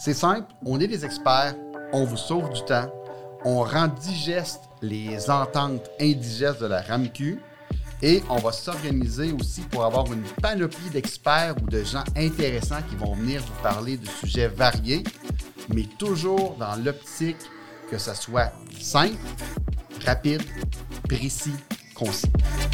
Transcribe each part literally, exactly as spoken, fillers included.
C'est simple, on est des experts, on vous sauve du temps, on rend digeste les ententes indigestes de la RAMQ et on va s'organiser aussi pour avoir une panoplie d'experts ou de gens intéressants qui vont venir vous parler de sujets variés, mais toujours dans l'optique que ça soit simple, rapide, précis, concis.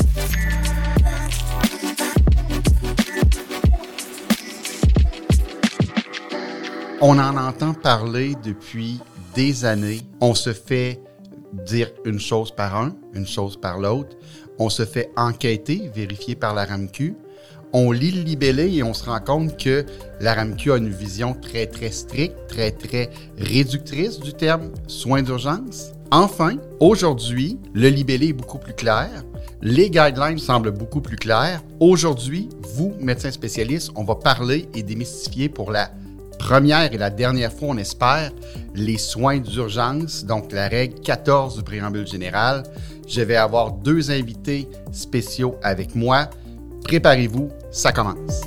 On en entend parler depuis des années. On se fait dire une chose par un, une chose par l'autre. On se fait enquêter, vérifier par la RAMQ. On lit le libellé et on se rend compte que la RAMQ a une vision très, très stricte, très, très réductrice du terme « soins d'urgence ». Enfin, aujourd'hui, le libellé est beaucoup plus clair. Les guidelines semblent beaucoup plus clairs. Aujourd'hui, vous, médecins spécialistes, on va parler et démystifier pour la première et la dernière fois, on espère, les soins d'urgence, donc la règle quatorze du préambule général. Je vais avoir deux invités spéciaux avec moi. Préparez-vous, ça commence.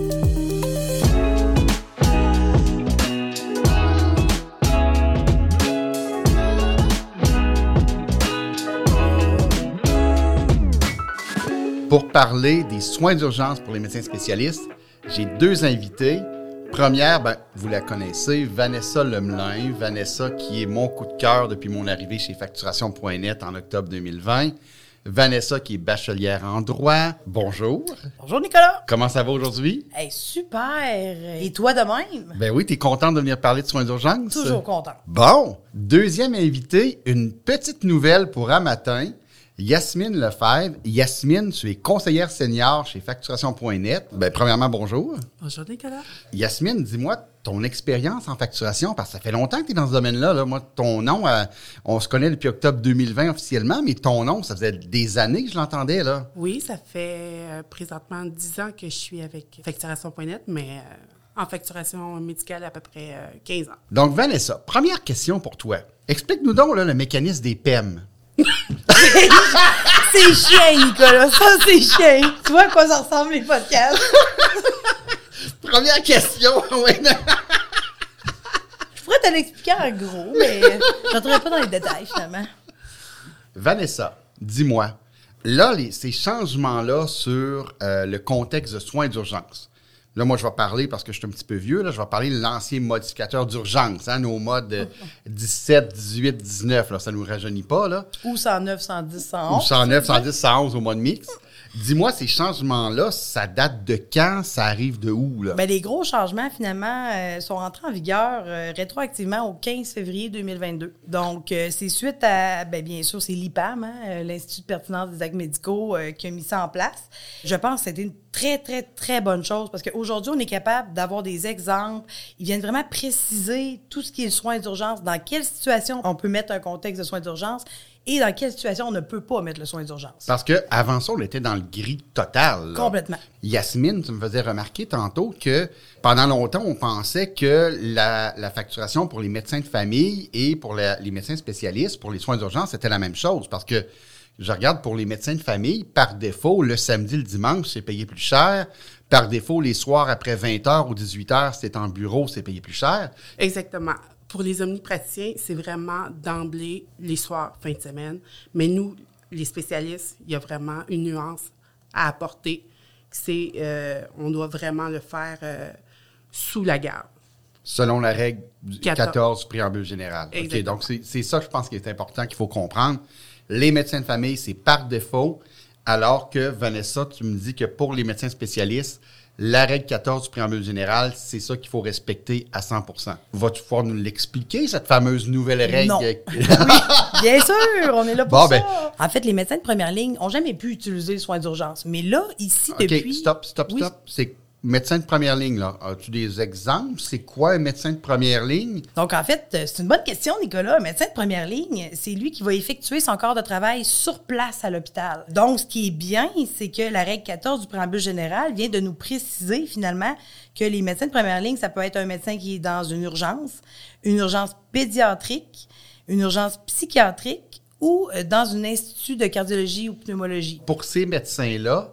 Pour parler des soins d'urgence pour les médecins spécialistes, j'ai deux invités. Première, ben, vous la connaissez, Vanessa Lemelin. Vanessa qui est mon coup de cœur depuis mon arrivée chez Facturation point net en octobre deux mille vingt. Vanessa qui est bachelière en droit. Bonjour. Bonjour Nicolas. Comment ça va aujourd'hui? Hey, super. Et toi de même? Ben oui, t'es contente de venir parler de soins d'urgence? Toujours content. Bon. Deuxième invité, une petite nouvelle pour un matin. Yasmine Lefebvre. Yasmine, tu es conseillère senior chez Facturation point net. Ben, premièrement, bonjour. Bonjour, Nicolas. Yasmine, dis-moi ton expérience en facturation, parce que ça fait longtemps que tu es dans ce domaine-là. Là. Moi, ton nom, euh, on se connaît depuis octobre deux mille vingt officiellement, mais ton nom, ça faisait des années que je l'entendais, là. Oui, ça fait euh, présentement dix ans que je suis avec Facturation point net, mais euh, en facturation médicale à peu près euh, quinze ans. Donc, Vanessa, première question pour toi. Explique-nous donc là, le mécanisme des P E M. C'est chiant, Nicolas. Ça, c'est chiant. Tu vois à quoi ça ressemble, les podcasts? Première question, oui. Je pourrais te l'expliquer en gros, mais je n'entrerai pas dans les détails, finalement. Vanessa, dis-moi, là, les, ces changements-là sur euh, le contexte de soins d'urgence, là, moi, je vais parler, parce que je suis un petit peu vieux, là, je vais parler de l'ancien modificateur d'urgence, hein, nos modes dix-sept, dix-huit, dix-neuf, là, ça ne nous rajeunit pas, là. Ou cent neuf, cent dix, cent onze. Ou cent neuf, cent dix, cent onze au mode mix. Dis-moi, ces changements-là, ça date de quand? Ça arrive de où, là? Bien, les gros changements, finalement, euh, sont rentrés en vigueur euh, rétroactivement au quinze février deux mille vingt-deux. Donc, euh, c'est suite à, bien, bien sûr, c'est l'I P A M, hein, euh, l'Institut de pertinence des actes médicaux, euh, qui a mis ça en place. Je pense que c'était une très, très, très bonne chose parce qu'aujourd'hui, on est capable d'avoir des exemples. Ils viennent vraiment préciser tout ce qui est le soin d'urgence, dans quelle situation on peut mettre un contexte de soins d'urgence et dans quelle situation on ne peut pas mettre le soin d'urgence. Parce qu'avant ça, on était dans le gris total. Là. Complètement. Yasmine, tu me faisais remarquer tantôt que pendant longtemps, on pensait que la, la facturation pour les médecins de famille et pour la, les médecins spécialistes, pour les soins d'urgence, c'était la même chose. Parce que je regarde pour les médecins de famille, par défaut, le samedi, le dimanche, c'est payé plus cher. Par défaut, les soirs après vingt heures ou dix-huit heures, c'est en bureau, c'est payé plus cher. Exactement. Pour les omnipraticiens, c'est vraiment d'emblée les soirs, fin de semaine. Mais nous, les spécialistes, il y a vraiment une nuance à apporter. C'est, euh, on doit vraiment le faire euh, sous la garde. Selon la règle du quatorze, quatorze du préambule général. Exactement. OK, donc, c'est, c'est ça, je pense, qui est important, qu'il faut comprendre. Les médecins de famille, c'est par défaut, alors que, Vanessa, tu me dis que pour les médecins spécialistes, la règle quatorze du préambule général, c'est ça qu'il faut respecter à cent pour cent. Vas-tu pouvoir nous l'expliquer, cette fameuse nouvelle règle? Non. Oui, bien sûr, on est là pour bon, ça. Ben, en fait, les médecins de première ligne n'ont jamais pu utiliser le soin d'urgence. Mais là, ici, OK, depuis... stop, stop, oui. stop. C'est médecin de première ligne, là. As-tu des exemples? C'est quoi un médecin de première ligne? Donc, en fait, c'est une bonne question, Nicolas. Un médecin de première ligne, c'est lui qui va effectuer son corps de travail sur place à l'hôpital. Donc, ce qui est bien, c'est que la règle quatorze du préambule général vient de nous préciser, finalement, que les médecins de première ligne, ça peut être un médecin qui est dans une urgence, une urgence pédiatrique, une urgence psychiatrique ou dans un institut de cardiologie ou pneumologie. Pour ces médecins-là,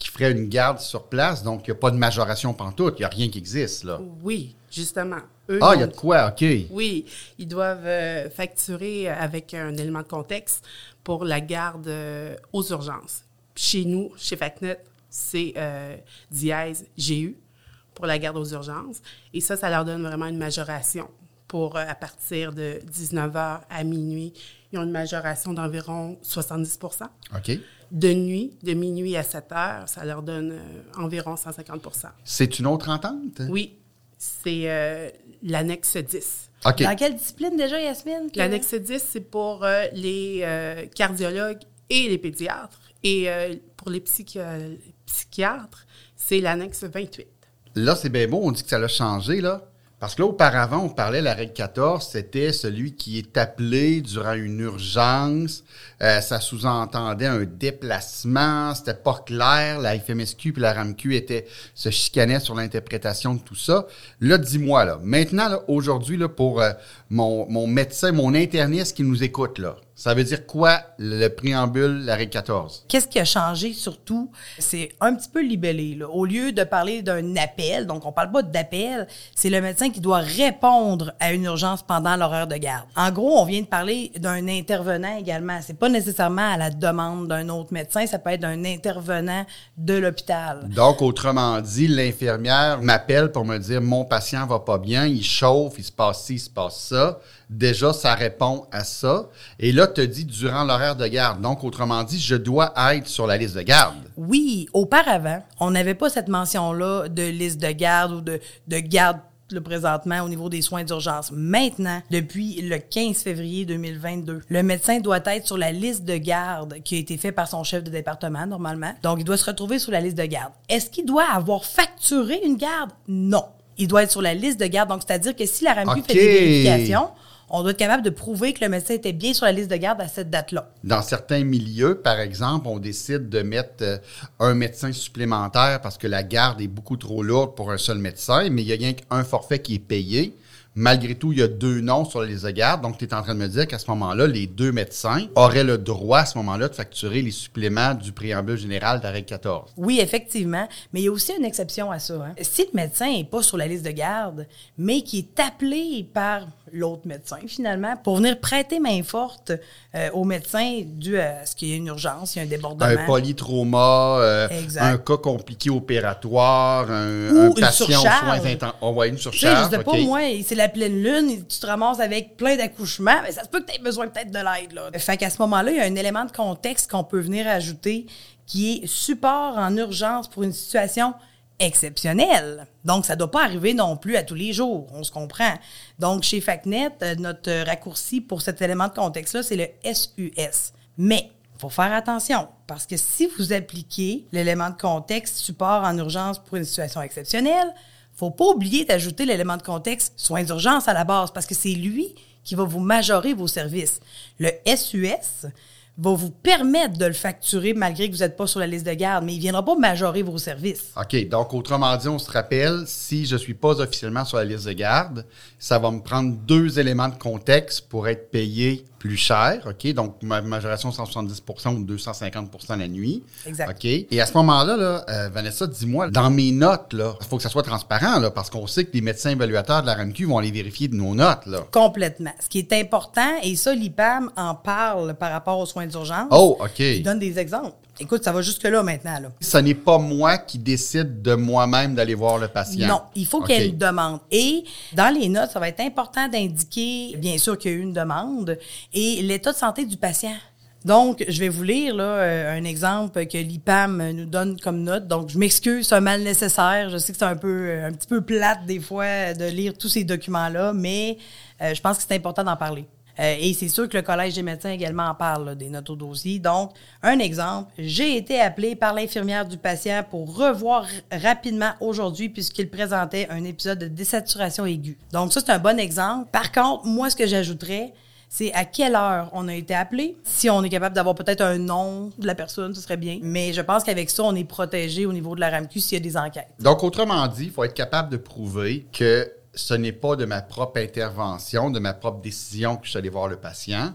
qui ferait une garde sur place, donc il n'y a pas de majoration pantoute, il n'y a rien qui existe, là. Oui, justement. Eux, Ah, il y a donc, de quoi, OK. Oui, ils doivent euh, facturer avec un élément de contexte pour la garde euh, aux urgences. Chez nous, chez Facnet, c'est euh, dièse G U pour la garde aux urgences. Et ça, ça leur donne vraiment une majoration. Pour euh, à partir de dix-neuf heures à minuit, ils ont une majoration d'environ soixante-dix pour cent. OK. De nuit, de minuit à sept heures, ça leur donne euh, environ cent cinquante pour cent. C'est une autre entente? Oui, c'est euh, l'annexe dix. OK. Dans quelle discipline déjà, Yasmine? que- L'annexe dix, c'est pour euh, les euh, cardiologues et les pédiatres. Et euh, pour les psychi- euh, psychiatres, c'est l'annexe vingt-huit. Là, c'est bien beau, on dit que ça l'a changé, là. Parce que là, auparavant, on parlait, la règle quatorze, c'était celui qui est appelé durant une urgence. Euh, ça sous-entendait un déplacement, c'était pas clair. La F M S Q puis la R A M Q étaient, se chicanaient sur l'interprétation de tout ça. Là, dis-moi, là, maintenant, là, aujourd'hui, là, pour euh, mon, mon médecin, mon interniste qui nous écoute, là, ça veut dire quoi, le préambule, la règle quatorze? Qu'est-ce qui a changé surtout? C'est un petit peu libellé. Là. Au lieu de parler d'un appel, donc on parle pas d'appel, c'est le médecin qui doit répondre à une urgence pendant l'horaire de garde. En gros, on vient de parler d'un intervenant également. C'est pas nécessairement à la demande d'un autre médecin, ça peut être d'un intervenant de l'hôpital. Donc, autrement dit, l'infirmière m'appelle pour me dire « Mon patient va pas bien, il chauffe, il se passe ci, il se passe ça ». Déjà, ça répond à ça. Et là, tu dis durant l'horaire de garde. Donc, autrement dit, je dois être sur la liste de garde. Oui, auparavant, on n'avait pas cette mention-là de liste de garde ou de, de garde le présentement au niveau des soins d'urgence. Maintenant, depuis le quinze février deux mille vingt-deux, le médecin doit être sur la liste de garde qui a été faite par son chef de département, normalement. Donc, il doit se retrouver sur la liste de garde. Est-ce qu'il doit avoir facturé une garde? Non. Il doit être sur la liste de garde. Donc, c'est-à-dire que si la R A M Q OK. fait des vérifications, on doit être capable de prouver que le médecin était bien sur la liste de garde à cette date-là. Dans certains milieux, par exemple, on décide de mettre euh, un médecin supplémentaire parce que la garde est beaucoup trop lourde pour un seul médecin, mais il y a rien qu'un forfait qui est payé. Malgré tout, il y a deux noms sur la liste de garde. Donc, tu es en train de me dire qu'à ce moment-là, les deux médecins auraient le droit à ce moment-là de facturer les suppléments du préambule général de la règle quatorze. Oui, effectivement. Mais il y a aussi une exception à ça. Hein. Si le médecin n'est pas sur la liste de garde, mais qui est appelé par l'autre médecin, finalement, pour venir prêter main forte euh, au médecin dû à ce qu'il y a une urgence, il y a un débordement. Un polytrauma, euh, Exact. un cas compliqué opératoire, un, Ou un une patient aux surcharge. soins intensifs. Oh, ouais, une Tu sais, je surcharge. sais pas, OK. moi, c'est la pleine lune, tu te ramasses avec plein d'accouchements, mais ça se peut que tu aies besoin peut-être de l'aide. Là. Fait qu'à ce moment-là, il y a un élément de contexte qu'on peut venir ajouter qui est support en urgence pour une situation exceptionnelle. Donc, ça ne doit pas arriver non plus à tous les jours, on se comprend. Donc, chez Facnet, euh, notre raccourci pour cet élément de contexte-là, c'est le S U S. Mais il faut faire attention, parce que si vous appliquez l'élément de contexte support en urgence pour une situation exceptionnelle, faut pas oublier d'ajouter l'élément de contexte soins d'urgence à la base, parce que c'est lui qui va vous majorer vos services. Le S U S va vous permettre de le facturer malgré que vous n'êtes pas sur la liste de garde, mais il ne viendra pas majorer vos services. OK. Donc, autrement dit, on se rappelle, si je ne suis pas officiellement sur la liste de garde, ça va me prendre deux éléments de contexte pour être payé plus cher. OK. Donc, ma majoration cent soixante-dix pour cent ou deux cent cinquante pour cent la nuit. Exact. OK. Et à ce moment-là, là, euh, Vanessa, dis-moi, dans mes notes, là, il faut que ça soit transparent, là, parce qu'on sait que les médecins évaluateurs de la R A M Q vont aller vérifier de nos notes, là. Complètement. Ce qui est important, et ça, l'I P A M en parle par rapport aux soins d'urgence. Oh, OK. Il donne des exemples. Écoute, ça va jusque-là maintenant. Là. Ce n'est pas moi qui décide de moi-même d'aller voir le patient. Non, il faut qu'il y ait OK. une demande. Et dans les notes, ça va être important d'indiquer, bien sûr, qu'il y a eu une demande et l'état de santé du patient. Donc, je vais vous lire là, euh, un exemple que l'I P A M nous donne comme note. Donc, je m'excuse, c'est un mal nécessaire. Je sais que c'est un peu, euh, un petit peu plate des fois de lire tous ces documents-là, mais euh, je pense que c'est important d'en parler. Euh, et c'est sûr que le Collège des médecins également en parle, là, des notes au dossier. Donc, un exemple, j'ai été appelé par l'infirmière du patient pour revoir r- rapidement aujourd'hui puisqu'il présentait un épisode de désaturation aiguë. Donc, ça, c'est un bon exemple. Par contre, moi, ce que j'ajouterais, c'est à quelle heure on a été appelé. Si on est capable d'avoir peut-être un nom de la personne, ce serait bien. Mais je pense qu'avec ça, on est protégé au niveau de la R A M Q s'il y a des enquêtes. Donc, autrement dit, il faut être capable de prouver que ce n'est pas de ma propre intervention, de ma propre décision que je suis allé voir le patient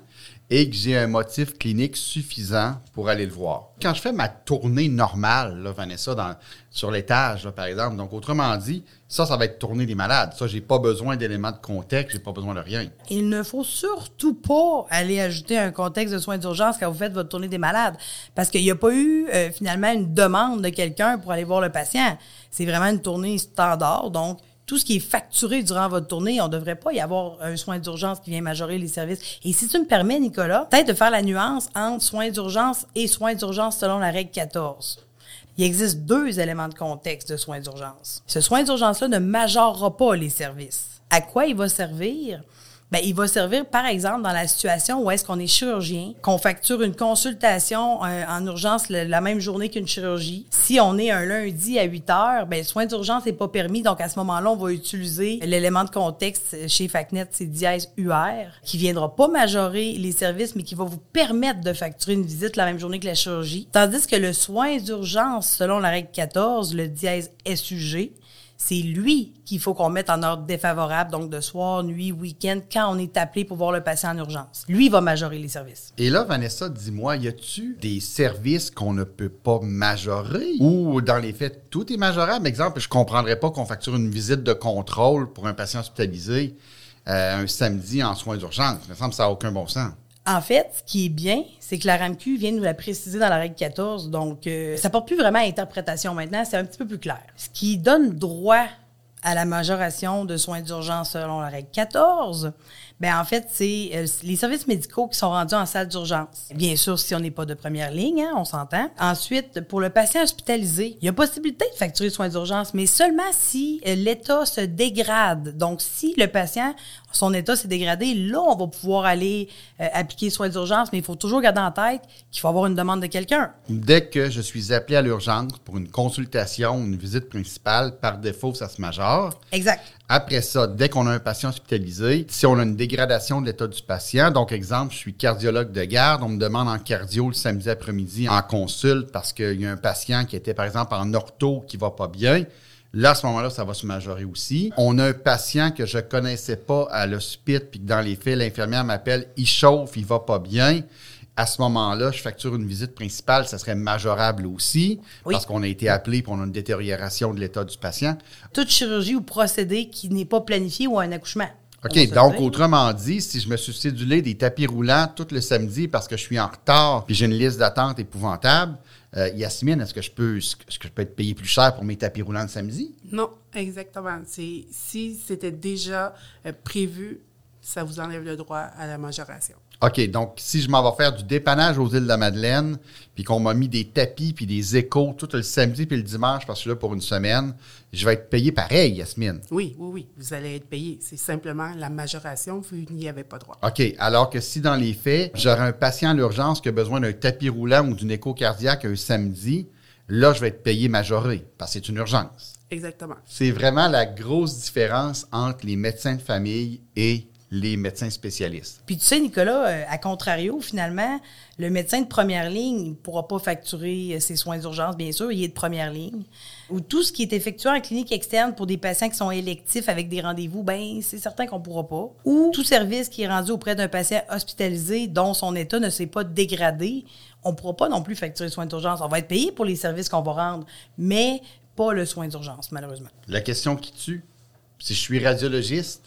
et que j'ai un motif clinique suffisant pour aller le voir. Quand je fais ma tournée normale, là, Vanessa, dans, sur l'étage, là, par exemple, donc autrement dit, ça, ça va être tournée des malades. Ça, j'ai pas besoin d'éléments de contexte, j'ai pas besoin de rien. Il ne faut surtout pas aller ajouter un contexte de soins d'urgence quand vous faites votre tournée des malades, parce qu'il n'y a pas eu euh, finalement une demande de quelqu'un pour aller voir le patient. C'est vraiment une tournée standard, donc tout ce qui est facturé durant votre tournée, on ne devrait pas y avoir un soin d'urgence qui vient majorer les services. Et si tu me permets, Nicolas, peut-être de faire la nuance entre soins d'urgence et soins d'urgence selon la règle quatorze. Il existe deux éléments de contexte de soins d'urgence. Ce soin d'urgence-là ne majorera pas les services. À quoi il va servir? Bien, il va servir, par exemple, dans la situation où est-ce qu'on est chirurgien, qu'on facture une consultation euh, en urgence le, la même journée qu'une chirurgie. Si on est un lundi à huit heures, bien, le soin d'urgence n'est pas permis. Donc, à ce moment-là, on va utiliser l'élément de contexte chez Facnet, c'est dièse U R, qui viendra pas majorer les services, mais qui va vous permettre de facturer une visite la même journée que la chirurgie. Tandis que le soin d'urgence, selon la règle quatorze, le dièse S U G, c'est lui qu'il faut qu'on mette en ordre défavorable, donc de soir, nuit, week-end, quand on est appelé pour voir le patient en urgence. Lui, il va majorer les services. Et là, Vanessa, dis-moi, y a-tu des services qu'on ne peut pas majorer? Ou dans les faits, tout est majorable? Exemple, je ne comprendrais pas qu'on facture une visite de contrôle pour un patient hospitalisé euh, un samedi en soins d'urgence. Il me semble que ça n'a aucun bon sens. En fait, ce qui est bien, c'est que la R A M Q vient de nous la préciser dans la règle quatorze, donc euh, ça porte plus vraiment à interprétation maintenant, c'est un petit peu plus clair. Ce qui donne droit à la majoration de soins d'urgence selon la règle quatorze, bien en fait, c'est euh, les services médicaux qui sont rendus en salle d'urgence. Bien sûr, si on n'est pas de première ligne, hein, on s'entend. Ensuite, pour le patient hospitalisé, il y a possibilité de facturer soins d'urgence, mais seulement si euh, l'état se dégrade. Donc, si le patient, son état s'est dégradé, là, on va pouvoir aller euh, appliquer soins d'urgence, mais il faut toujours garder en tête qu'il faut avoir une demande de quelqu'un. Dès que je suis appelé à l'urgence pour une consultation, une visite principale, par défaut, ça se majore. Exact. Après ça, dès qu'on a un patient hospitalisé, si on a une dégradation de l'état du patient, donc exemple, je suis cardiologue de garde, on me demande en cardio le samedi après-midi en consulte parce qu'il y a un patient qui était par exemple en ortho qui va pas bien. Là, à ce moment-là, ça va se majorer aussi. On a un patient que je connaissais pas à l'hospice, puis que dans les faits, l'infirmière m'appelle, il chauffe, il va pas bien. À ce moment-là, je facture une visite principale, ça serait majorable aussi, oui, parce qu'on a été appelé pour une détérioration de l'état du patient. Toute chirurgie ou procédé qui n'est pas planifié ou un accouchement. OK, donc autrement dit, si je me suis cédulé des tapis roulants tout le samedi parce que je suis en retard puis j'ai une liste d'attente épouvantable, euh, Yasmine, est-ce que je peux est-ce que je peux être payé plus cher pour mes tapis roulants le samedi? Non, exactement. C'est, si c'était déjà euh, prévu, ça vous enlève le droit à la majoration. OK, donc si je m'en vais faire du dépannage aux îles de la Madeleine, puis qu'on m'a mis des tapis puis des échos tout le samedi puis le dimanche, parce que je suis là pour une semaine, je vais être payé pareil, Yasmine. Oui, oui, oui, vous allez être payé. C'est simplement la majoration, vous n'y avez pas droit. OK, alors que si dans les faits, j'aurai un patient à l'urgence qui a besoin d'un tapis roulant ou d'une écho cardiaque un samedi, là, je vais être payé majoré, parce que c'est une urgence. Exactement. C'est vraiment la grosse différence entre les médecins de famille et les médecins spécialistes. Puis tu sais, Nicolas, euh, à contrario, finalement, le médecin de première ligne ne pourra pas facturer ses soins d'urgence, bien sûr, il est de première ligne. Ou tout ce qui est effectué en clinique externe pour des patients qui sont électifs avec des rendez-vous, bien, c'est certain qu'on ne pourra pas. Ou tout service qui est rendu auprès d'un patient hospitalisé dont son état ne s'est pas dégradé, on ne pourra pas non plus facturer les soins d'urgence. On va être payé pour les services qu'on va rendre, mais pas le soin d'urgence, malheureusement. La question qui tue, si je suis radiologiste,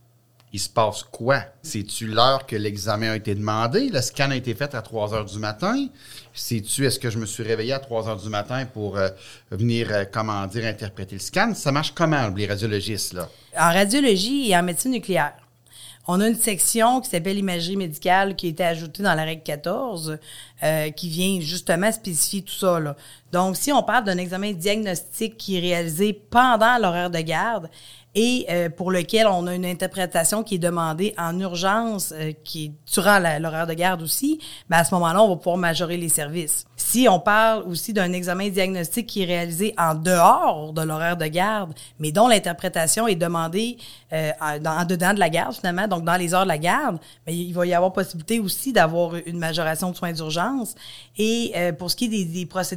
il se passe quoi? C'est-tu l'heure que l'examen a été demandé? Le scan a été fait à trois heures du matin? C'est-tu, est-ce que je me suis réveillé à trois heures du matin pour euh, venir, euh, comment dire, interpréter le scan? Ça marche comment, les radiologistes, là? En radiologie et en médecine nucléaire, on a une section qui s'appelle imagerie médicale qui a été ajoutée dans la règle quatorze euh, qui vient justement spécifier tout ça, là. Donc, si on parle d'un examen diagnostique qui est réalisé pendant l'horaire de garde, et euh, pour lequel on a une interprétation qui est demandée en urgence, euh, qui est durant la, l'horaire de garde aussi, bien à ce moment-là, on va pouvoir majorer les services. Si on parle aussi d'un examen diagnostique qui est réalisé en dehors de l'horaire de garde, mais dont l'interprétation est demandée euh, en, en dedans de la garde, finalement, donc dans les heures de la garde, bien, il va y avoir possibilité aussi d'avoir une majoration de soins d'urgence. Et euh, pour ce qui est des, des procédés diagnostiques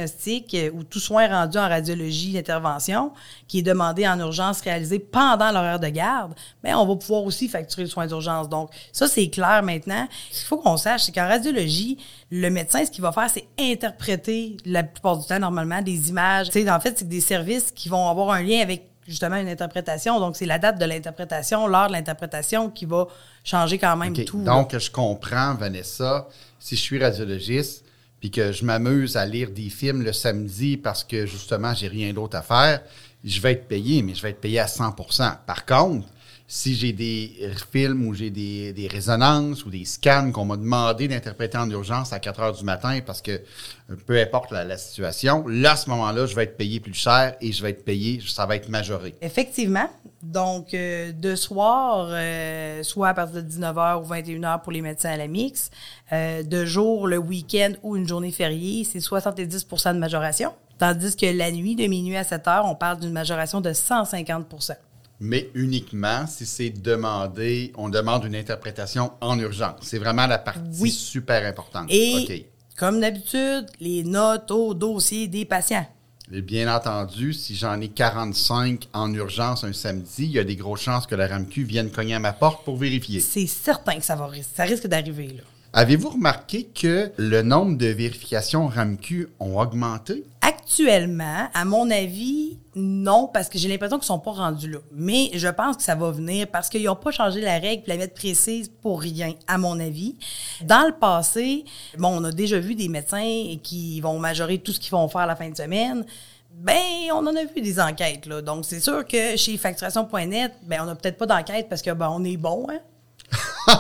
diagnostic euh, ou tout soin rendu en radiologie d'intervention qui est demandé en urgence réalisé pendant l'horaire de garde, bien, on va pouvoir aussi facturer le soin d'urgence. Donc, ça, c'est clair maintenant. Ce qu'il faut qu'on sache, c'est qu'en radiologie, le médecin, ce qu'il va faire, c'est interpréter la plupart du temps, normalement, des images. Tu sais, en fait, c'est des services qui vont avoir un lien avec justement une interprétation. Donc, c'est la date de l'interprétation, l'heure de l'interprétation qui va changer quand même Okay. tout. Donc, là. je comprends, Vanessa, si je suis radiologiste puis que je m'amuse à lire des films le samedi parce que, justement, j'ai rien d'autre à faire, je vais être payé, mais je vais être payé à cent pour cent. Par contre, si j'ai des films ou j'ai des, des résonances ou des scans qu'on m'a demandé d'interpréter en urgence à quatre heures du matin parce que peu importe la, la situation, là, à ce moment-là, je vais être payé plus cher et je vais être payé, ça va être majoré. Effectivement. Donc, euh, de soir, euh, soit à partir de dix-neuf heures ou vingt et une heures pour les médecins à la mixte, euh, de jour, le week-end ou une journée fériée, c'est soixante-dix pour cent de majoration. Tandis que la nuit, de minuit à sept heures, on parle d'une majoration de cent cinquante pour cent. Mais uniquement si c'est demandé, on demande une interprétation en urgence. C'est vraiment la partie Oui. super importante. Et, OK. comme d'habitude, les notes au dossier des patients. Et bien entendu, si j'en ai quarante-cinq en urgence un samedi, il y a des grosses chances que la R A M Q vienne cogner à ma porte pour vérifier. C'est certain que ça va ça risque d'arriver, là. Avez-vous remarqué que le nombre de vérifications R A M Q ont augmenté? Actuellement, à mon avis, non, parce que j'ai l'impression qu'ils ne sont pas rendus là. Mais je pense que ça va venir parce qu'ils n'ont pas changé la règle et la mettre précise pour rien, à mon avis. Dans le passé, bon, on a déjà vu des médecins qui vont majorer tout ce qu'ils vont faire la fin de semaine. Ben, on en a vu des enquêtes, là. Donc, c'est sûr que chez facturation point net, ben, on n'a peut-être pas d'enquête parce que, ben, on est bon, hein?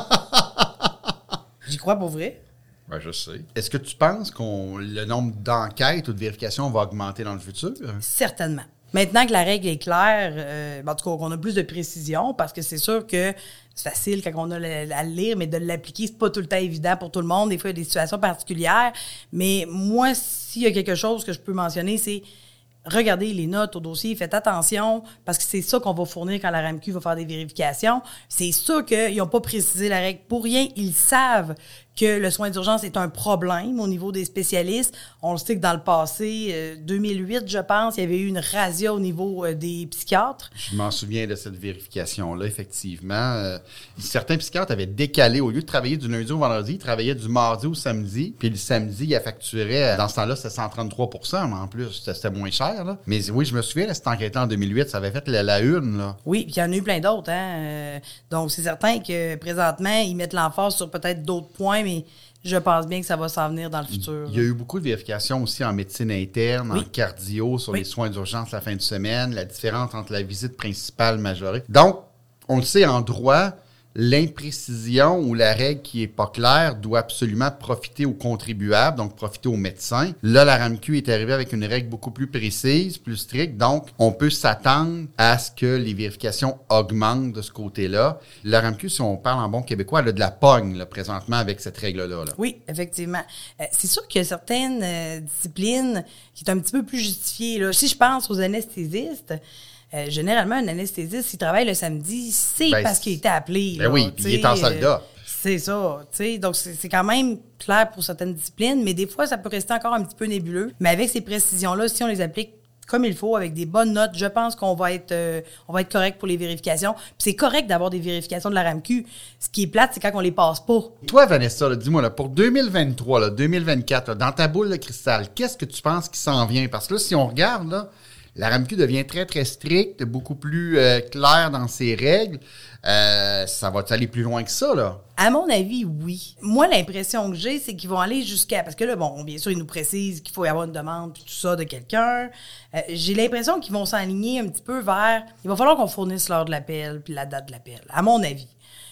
J'y crois pour vrai. Ben, je sais. Est-ce que tu penses que le nombre d'enquêtes ou de vérifications va augmenter dans le futur? Certainement. Maintenant que la règle est claire, euh, en tout cas, qu'on a plus de précision, parce que c'est sûr que c'est facile quand on a le, à le lire, mais de l'appliquer, c'est pas tout le temps évident pour tout le monde. Des fois, il y a des situations particulières. Mais moi, s'il y a quelque chose que je peux mentionner, c'est regardez les notes au dossier, faites attention, parce que c'est ça qu'on va fournir quand la R A M Q va faire des vérifications. C'est sûr qu'ils n'ont pas précisé la règle pour rien. Ils savent que le soin d'urgence est un problème au niveau des spécialistes. On le sait que dans le passé, euh, deux mille huit, je pense, il y avait eu une razzia au niveau euh, des psychiatres. Je m'en souviens de cette vérification-là, effectivement. Euh, certains psychiatres avaient décalé, au lieu de travailler du lundi au vendredi, ils travaillaient du mardi au samedi, puis le samedi, ils facturaient, dans ce temps-là, c'était cent trente-trois pour cent, mais en plus, c'était moins cher. Là. Mais oui, je me souviens de cette enquête-là en deux mille huit, ça avait fait la, la une. Là. Oui, puis il y en a eu plein d'autres. Hein? Euh, donc, c'est certain que présentement, ils mettent l'emphase sur peut-être d'autres points, mais je pense bien que ça va s'en venir dans le futur. Il y a eu beaucoup de vérifications aussi en médecine interne, oui. en cardio, sur oui. les soins d'urgence la fin de semaine, la différence entre la visite principale majorée. Donc, on le sait, en droit, l'imprécision ou la règle qui n'est pas claire doit absolument profiter aux contribuables, donc profiter aux médecins. Là, la R A M Q est arrivée avec une règle beaucoup plus précise, plus stricte, donc on peut s'attendre à ce que les vérifications augmentent de ce côté-là. La R A M Q, si on parle en bon québécois, elle a de la pogne là, présentement avec cette règle-là. Là. Oui, effectivement. Euh, c'est sûr qu'il y a certaines euh, disciplines qui sont un petit peu plus justifiées. Là. Si je pense aux anesthésistes, Euh, généralement, un anesthésiste, s'il travaille le samedi, c'est ben, parce qu'il était appelé. Ben là, oui, puis il est en soldat. Euh, c'est ça, tu sais. Donc, c'est, c'est quand même clair pour certaines disciplines, mais des fois, ça peut rester encore un petit peu nébuleux. Mais avec ces précisions-là, si on les applique comme il faut, avec des bonnes notes, je pense qu'on va être euh, on va être correct pour les vérifications. Puis c'est correct d'avoir des vérifications de la R A M Q. Ce qui est plate, c'est quand on les passe pas. Toi, Vanessa, là, dis-moi, là, pour deux mille vingt-trois, là, deux mille vingt-quatre, là, dans ta boule de cristal, qu'est-ce que tu penses qui s'en vient? Parce que là, si on regarde, là, la R A M Q devient très, très stricte, beaucoup plus euh, claire dans ses règles. Euh, ça va aller plus loin que ça, là? À mon avis, oui. Moi, l'impression que j'ai, c'est qu'ils vont aller jusqu'à... Parce que là, bon, bien sûr, ils nous précisent qu'il faut y avoir une demande puis tout ça de quelqu'un. Euh, j'ai l'impression qu'ils vont s'aligner un petit peu vers... Il va falloir qu'on fournisse l'heure de l'appel puis la date de l'appel, à mon avis.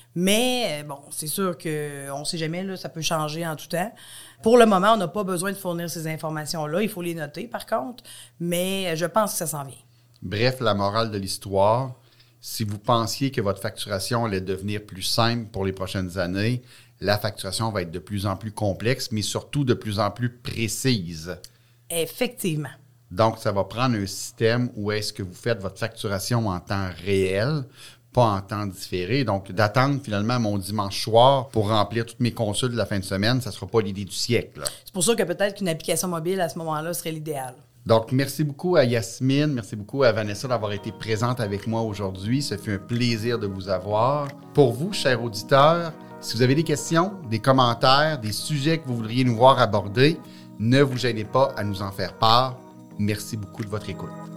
Mais, bon, c'est sûr qu'on ne sait jamais, là, ça peut changer en tout temps. Pour le moment, on n'a pas besoin de fournir ces informations-là. Il faut les noter, par contre. Mais je pense que ça s'en vient. Bref, la morale de l'histoire, si vous pensiez que votre facturation allait devenir plus simple pour les prochaines années, la facturation va être de plus en plus complexe, mais surtout de plus en plus précise. Effectivement. Donc, ça va prendre un système où est-ce que vous faites votre facturation en temps réel pas en temps différé. Donc, d'attendre finalement mon dimanche soir pour remplir toutes mes consultes de la fin de semaine, ça ne sera pas l'idée du siècle. Là. C'est pour ça que peut-être qu'une application mobile à ce moment-là serait l'idéal. Donc, merci beaucoup à Yasmine, merci beaucoup à Vanessa d'avoir été présente avec moi aujourd'hui. Ça fait un plaisir de vous avoir. Pour vous, chers auditeurs, si vous avez des questions, des commentaires, des sujets que vous voudriez nous voir aborder, ne vous gênez pas à nous en faire part. Merci beaucoup de votre écoute.